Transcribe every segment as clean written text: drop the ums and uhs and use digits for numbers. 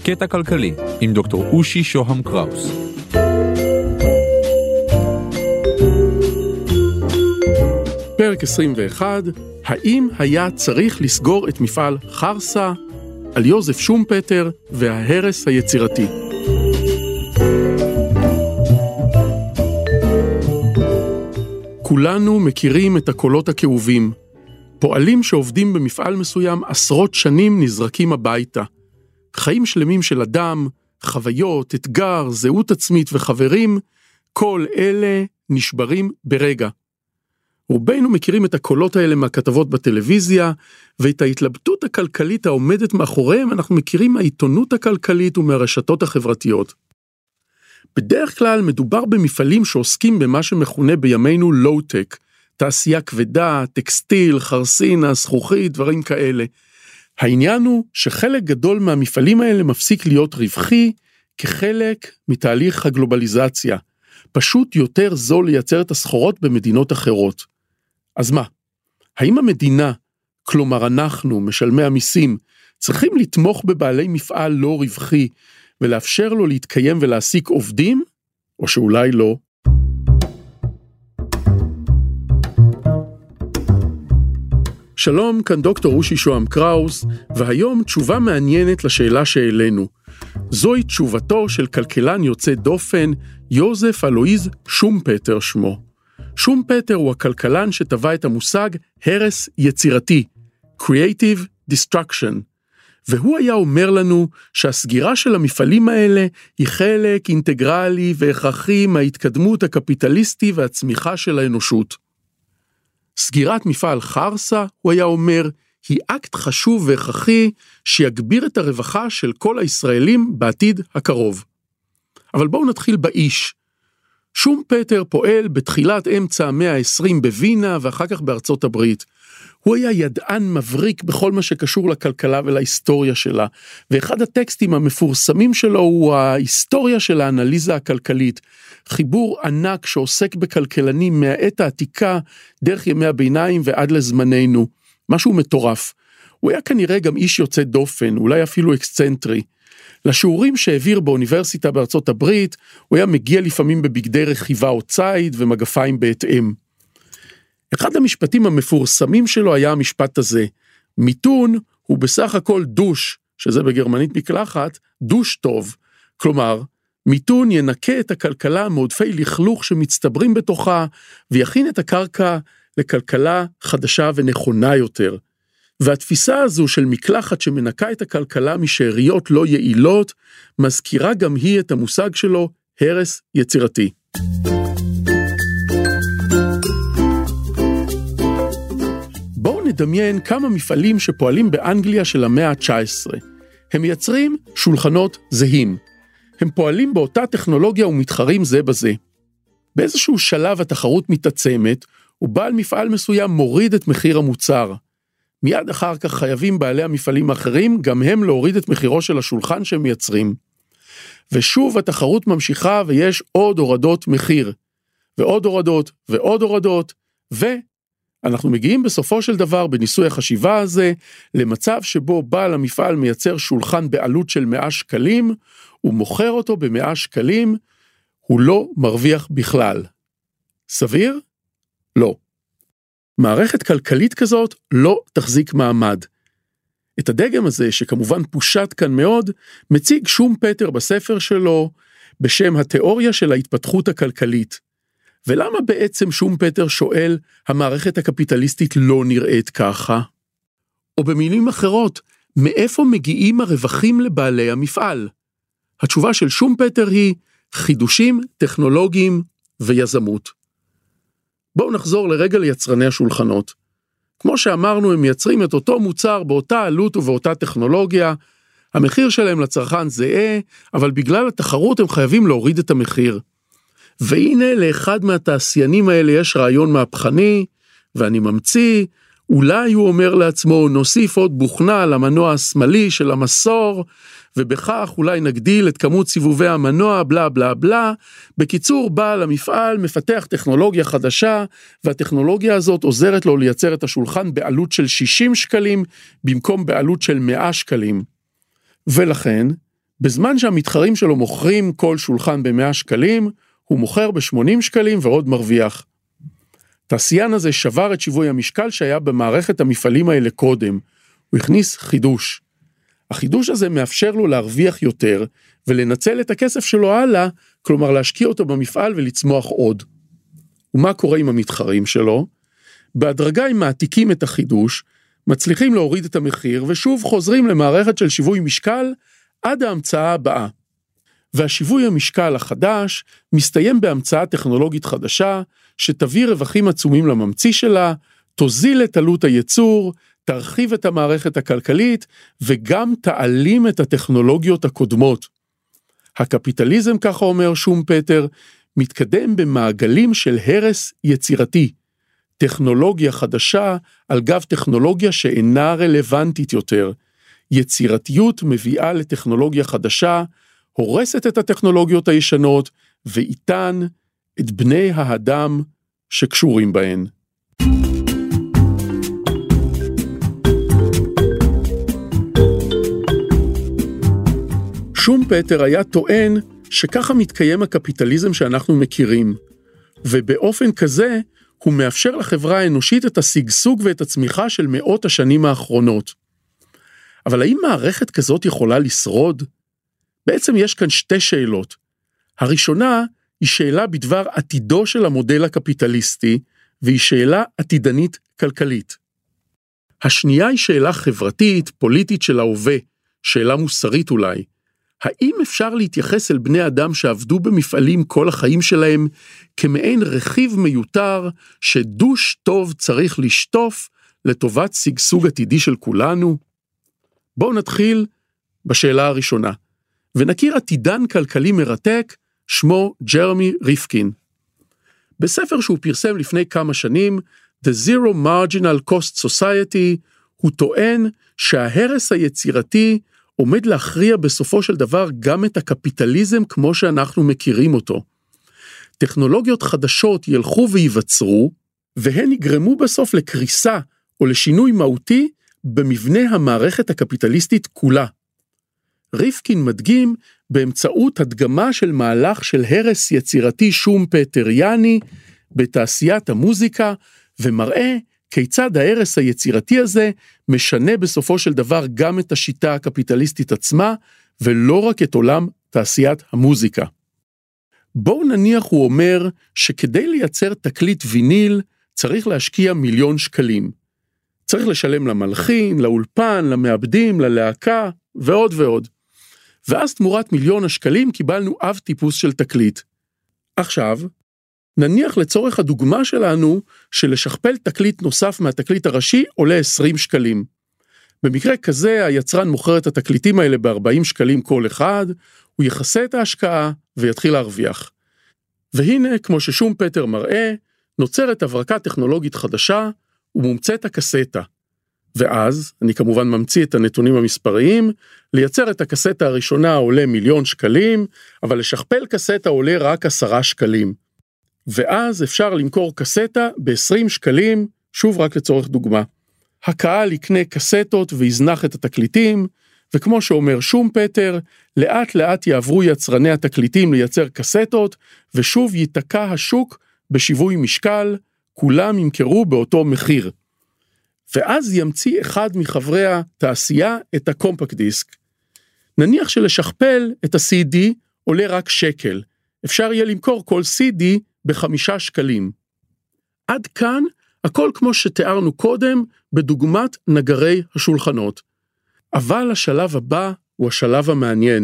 קטע כלכלי עם דוקטור אושי שוהם קראוס. פרק 21, האם היה צריך לסגור את מפעל חרסה, על יוזף שומפטר וההרס היצירתי. כולנו מכירים את הקולות הכאובים. פועלים שעובדים במפעל מסוים עשרות שנים נזרקים הביתה. חיים שלמים של אדם, חוויות, אתגר, זהות עצמית וחברים, כל אלה נשברים ברגע. רובנו מכירים את הקולות האלה מהכתבות בטלוויזיה, ואת ההתלבטות הכלכלית העומדת מאחוריהם אנחנו מכירים מהעיתונות הכלכלית ומהרשתות החברתיות. בדרך כלל מדובר במפעלים שעוסקים במה שמכונה בימינו לואו-טק, תעשייה כבדה, טקסטיל, חרסינה, זכוכית, דברים כאלה. העניין הוא שחלק גדול מהמפעלים האלה מפסיק להיות רווחי כחלק מתהליך הגלובליזציה. פשוט יותר זול לייצר את הסחורות במדינות אחרות. אז מה? האם המדינה, כלומר אנחנו, משלמי המיסים, צריכים לתמוך בבעלי מפעל לא רווחי ולאפשר לו להתקיים ולהעסיק עובדים? או שאולי לא? שלום, כאן דוקטור אושי שוהם קראוס, והיום תשובה מעניינת לשאלה שהעלינו. זוהי תשובתו של כלכלן יוצא דופן, יוזף אלואיז שומפטר שמו. שומפטר הוא הכלכלן שטבע את המושג הרס יצירתי, Creative Destruction, והוא היה אומר לנו שהסגירה של המפעלים האלה היא חלק אינטגרלי והכרחי מההתקדמות הקפיטליסטי והצמיחה של האנושות. סגירת מפעל חרסה, הוא היה אומר, היא אקט חשוב והכרחי שיגביר את הרווחה של כל הישראלים בעתיד הקרוב. אבל בואו נתחיל באיש. שומפטר פועל בתחילת אמצע המאה ה-20 בווינה ואחר כך בארצות הברית. הוא היה ידען מבריק בכל מה שקשור לכלכלה ולהיסטוריה שלה, ואחד הטקסטים המפורסמים שלו הוא ההיסטוריה של האנליזה הכלכלית, חיבור ענק שעוסק בכלכלנים מהעת העתיקה דרך ימי הביניים ועד לזמננו, משהו מטורף. הוא היה כנראה גם איש יוצא דופן, אולי אפילו אקסצנטרי. לשיעורים שהעביר באוניברסיטה בארצות הברית, הוא היה מגיע לפעמים בבגדי רכיבה או ציד ומגפיים בהתאם. אחד המשפטים המפורסמים שלו היה המשפט הזה, מיתון הוא בסך הכל דוש, שזה בגרמנית מקלחת, דוש טוב. כלומר, מיתון ינקה את הכלכלה מעודפי לכלוך שמצטברים בתוכה, ויכין את הקרקע לכלכלה חדשה ונכונה יותר. והתפיסה הזו של מקלחת שמנקה את הכלכלה משאריות לא יעילות, מזכירה גם היא את המושג שלו, הרס יצירתי. בואו נדמיין כמה מפעלים שפועלים באנגליה של המאה ה-19. הם מייצרים שולחנות זהים. הם פועלים באותה טכנולוגיה ומתחרים זה בזה. באיזשהו שלב התחרות מתעצמת, ובעל מפעל מסוים מוריד את מחיר המוצר. מיד אחר כך חייבים בעלי המפעלים האחרים גם הם להוריד את מחירו של השולחן שהם מייצרים. ושוב התחרות ממשיכה ויש עוד הורדות מחיר. ועוד הורדות ועוד הורדות, ואנחנו מגיעים בסופו של דבר בניסוי החשיבה הזה, למצב שבו בעל המפעל מייצר שולחן בעלות של 100 שקלים, הוא מוכר אותו ב100 שקלים, הוא לא מרוויח בכלל. סביר? לא. מערכת כלכלית כזאת לא תחזיק מעמד. את הדגם הזה, שכמובן פושט כאן מאוד, מציג שומפטר בספר שלו, בשם התיאוריה של ההתפתחות הכלכלית. ולמה בעצם שומפטר שואל, המערכת הקפיטליסטית לא נראית ככה? או במילים אחרות, מאיפה מגיעים הרווחים לבעלי המפעל? התשובה של שומפטר היא, חידושים טכנולוגיים ויזמות. בואו נחזור לרגע ליצרני השולחנות. כמו שאמרנו, הם מייצרים את אותו מוצר באותה עלות ובאותה טכנולוגיה, המחיר שלהם לצרכן זהה, אבל בגלל התחרות הם חייבים להוריד את המחיר. והנה לאחד מהתעשיינים האלה יש רעיון מהפכני, ואני ממציא, אולי הוא אומר לעצמו, נוסיף עוד בוכנה למנוע השמאלי של המסור, ובכך אולי נגדיל את כמות סיבובי המנוע, בלה בלה בלה. בקיצור, בעל המפעל מפתח טכנולוגיה חדשה, והטכנולוגיה הזאת עוזרת לו לייצר את השולחן בעלות של 60 שקלים, במקום בעלות של 100 שקלים. ולכן, בזמן שהמתחרים שלו מוכרים כל שולחן ב100 שקלים, הוא מוכר ב80 שקלים ועוד מרוויח. תעשיין הזה שבר את שיווי המשקל שהיה במערכת המפעלים האלה קודם. הוא הכניס חידוש. החידוש הזה מאפשר לו להרוויח יותר, ולנצל את הכסף שלו הלאה, כלומר להשקיע אותו במפעל ולצמוח עוד. ומה קורה עם המתחרים שלו? בהדרגה הם מעתיקים את החידוש, מצליחים להוריד את המחיר, ושוב חוזרים למערכת של שיווי משקל, עד ההמצאה הבאה. והשיווי המשקל החדש מסתיים בהמצאה טכנולוגית חדשה, שתביא רווחים עצומים לממציא שלה, תוזיל את עלות הייצור, תרחיב את המערכת הכלכלית, וגם תעלים את הטכנולוגיות הקודמות. הקפיטליזם, ככה אומר שומפטר, מתקדם במעגלים של הרס יצירתי. טכנולוגיה חדשה על גב טכנולוגיה שאינה רלוונטית יותר. יצירתיות מביאה לטכנולוגיה חדשה, הורסת את הטכנולוגיות הישנות, ואיתן את בני האדם שקשורים בהן. שומפטר היה טוען שככה מתקיים הקפיטליזם שאנחנו מכירים, ובאופן כזה הוא מאפשר לחברה האנושית את השגשוג ואת הצמיחה של מאות השנים האחרונות. אבל האם מערכת כזאת יכולה לשרוד? בעצם יש כאן שתי שאלות. הראשונה היא שאלה בדבר עתידו של המודל הקפיטליסטי, והיא שאלה עתידנית כלכלית. השנייה היא שאלה חברתית, פוליטית של ההווה, שאלה מוסרית אולי. האם אפשר להתייחס אל בני אדם שעבדו במפעלים כל החיים שלהם כמעין רכיב מיותר שדוש טוב צריך לשטוף לטובת שגשוג עתידי של כולנו? בואו נתחיל בשאלה הראשונה, ונכיר עתידן כלכלי מרתק, שמו ג'רמי ריפקין. בספר שהוא פרסם לפני כמה שנים, The Zero Marginal Cost Society, הוא טוען שההרס היצירתי עומד להכריע בסופו של דבר גם את הקפיטליזם כמו שאנחנו מכירים אותו. טכנולוגיות חדשות ילכו וייווצרו, והן יגרמו בסוף לקריסה או לשינוי מהותי במבנה המערכת הקפיטליסטית כולה. ריפקין מדגים באמצעות הדגמה של מהלך של הרס יצירתי שומפטריאני בתעשיית המוזיקה, ומראה כיצד ההרס היצירתי הזה משנה בסופו של דבר גם את השיטה הקפיטליסטית עצמה, ולא רק את עולם תעשיית המוזיקה. בואו נניח הוא אומר שכדי לייצר תקליט ויניל צריך להשקיע 1,000,000 שקלים. צריך לשלם למלחין, לאולפן, למעבדים, ללהקה ועוד ועוד. ואז תמורת 1,000,000 השקלים קיבלנו אב טיפוס של תקליט. עכשיו, נניח לצורך הדוגמה שלנו שלשכפל תקליט נוסף מהתקליט הראשי עולה 20 שקלים. במקרה כזה היצרן מוכר את התקליטים האלה ב-40 שקלים כל אחד, הוא יחסה את ההשקעה ויתחיל להרוויח. והנה, כמו ששומפטר מראה, נוצרת הברקה טכנולוגית חדשה ומומצאת הקסטה. ואז, אני כמובן ממציא את הנתונים המספריים, לייצר את הקסטה הראשונה עולה 1,000,000 שקלים, אבל לשכפל קסטה עולה רק 10 שקלים. ואז אפשר למכור קסטה ב-20 שקלים, שוב רק לצורך דוגמה. הקהל יקנה קסטות ויזנח את התקליטים, וכמו שאומר שומפטר, לאט לאט יעברו יצרני התקליטים לייצר קסטות, ושוב ייתקע השוק בשיווי משקל, כולם ימכרו באותו מחיר. ואז ימציא אחד מחברי התעשייה את הקומפקט דיסק. נניח שלשכפל את ה-CD עולה רק שקל, אפשר יהיה למכור כל CD ב5 שקלים. עד כאן הכל כמו שתיארנו קודם בדוגמת נגרי השולחנות. אבל השלב הבא הוא השלב המעניין.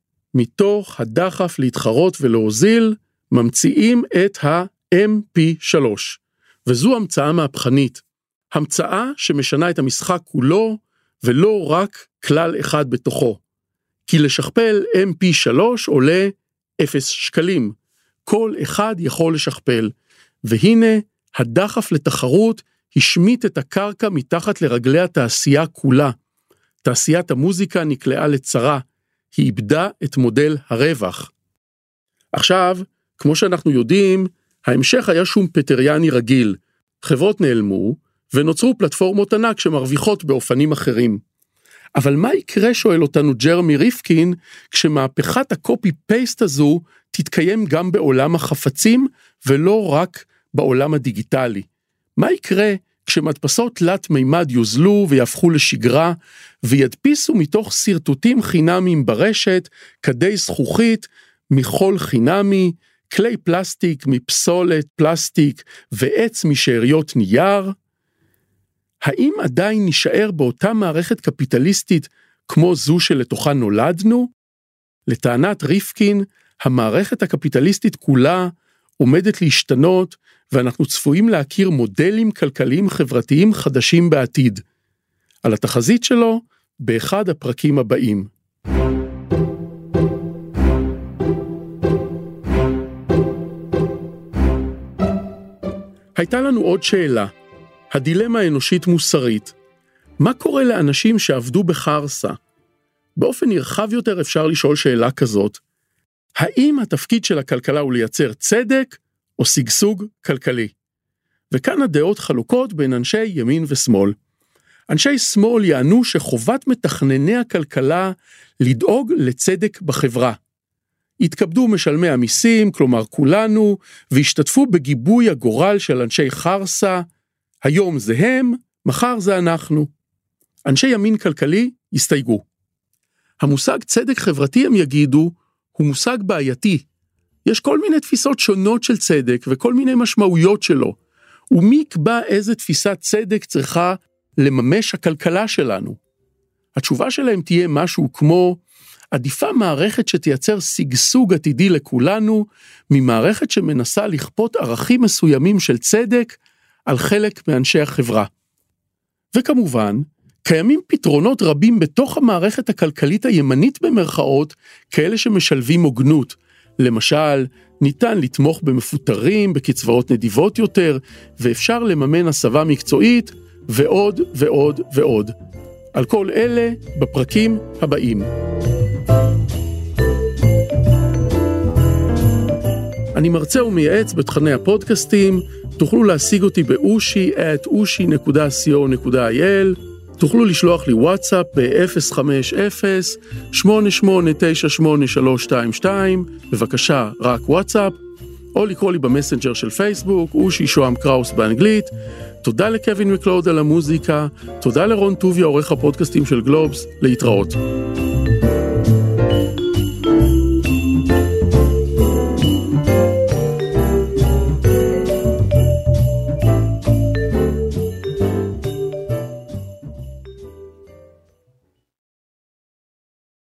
מתוך הדחף להתחרות ולהוזיל, ממציאים את ה-MP3, וזו המצאה מהפכנית. המצאה שמשנה את המשחק כולו, ולא רק כלל אחד בתוכו. כי לשכפל MP3 עולה 0 שקלים. כל אחד יכול לשכפל. והנה, הדחף לתחרות השמיט את הקרקע מתחת לרגלי התעשייה כולה. תעשיית המוזיקה נקלעה לצרה, היא איבדה את מודל הרווח. עכשיו, כמו שאנחנו יודעים, ההמשך היה שומפטריאני רגיל. חברות נעלמו, ונוצרו פלטפורמות ענק שמרוויחות באופנים אחרים. אבל מה יקרה, שואל אותנו ג'רמי ריפקין, כשמהפכת הקופי-פייסט הזו תתקיים גם בעולם החפצים, ולא רק בעולם הדיגיטלי? מה יקרה כשמדפסות תלת מימד יוזלו ויהפכו לשגרה, וידפיסו מתוך סרטוטים חינמיים ברשת, כדי זכוכית, מחול חינמי, כלי פלסטיק מפסולת פלסטיק, ועץ משאריות נייר? האם עדיין נשאר באותה מערכת קפיטליסטית כמו זו שלתוכה נולדנו? לטענת ריפקין, המערכת הקפיטליסטית כולה עומדת להשתנות, ואנחנו צפויים להכיר מודלים כלכליים חברתיים חדשים בעתיד. על התחזית שלו, באחד הפרקים הבאים. הייתה לנו עוד שאלה, הדילמה האנושית מוסרית. מה קורה לאנשים שעבדו בחרסה? באופן נרחב יותר אפשר לשאול שאלה כזאת, האם התפקיד של הכלכלה הוא לייצר צדק או סגסוג כלכלי? וכאן הדעות חלוקות בין אנשי ימין ושמאל. אנשי שמאל יענו שחובת מתכנני הכלכלה לדאוג לצדק בחברה. יתכבדו משלמי המיסים, כלומר כולנו, והשתתפו בגיבוי הגורל של אנשי חרסה, היום זה הם, מחר זה אנחנו. אנשי ימין כלכלי יסתייגו. המושג צדק חברתי, הם יגידו, הוא מושג בעייתי. יש כל מיני תפיסות שונות של צדק וכל מיני משמעויות שלו. ומי יקבע איזה תפיסת צדק צריכה לממש הכלכלה שלנו? התשובה שלהם תהיה משהו כמו, עדיפה מערכת שתייצר סגסוג עתידי לכולנו, ממערכת שמנסה לכפות ערכים מסוימים של צדק על חלק מאנשי החברה. וכמובן, קיימים פתרונות רבים בתוך המערכת הכלכלית הימנית במרכאות, כאלה שמשלבים הוגנות. למשל, ניתן לתמוך במפוטרים, בקצבאות נדיבות יותר, ואפשר לממן הסבה מקצועית, ועוד ועוד ועוד. על כל אלה בפרקים הבאים. אני מרצה ומייעץ בתכני הפודקאסטים, תוכלו להשיג אותי באושי@ushi.co.il, תוכלו לשלוח לי וואטסאפ ב-050-8898-322, בבקשה רק וואטסאפ, או לקרוא לי במסנג'ר של פייסבוק, אושי שוהם קראוס באנגלית. תודה לקווין מקלוד על המוזיקה, תודה לרון טוביה, עורך הפודקאסטים של גלובס, להתראות.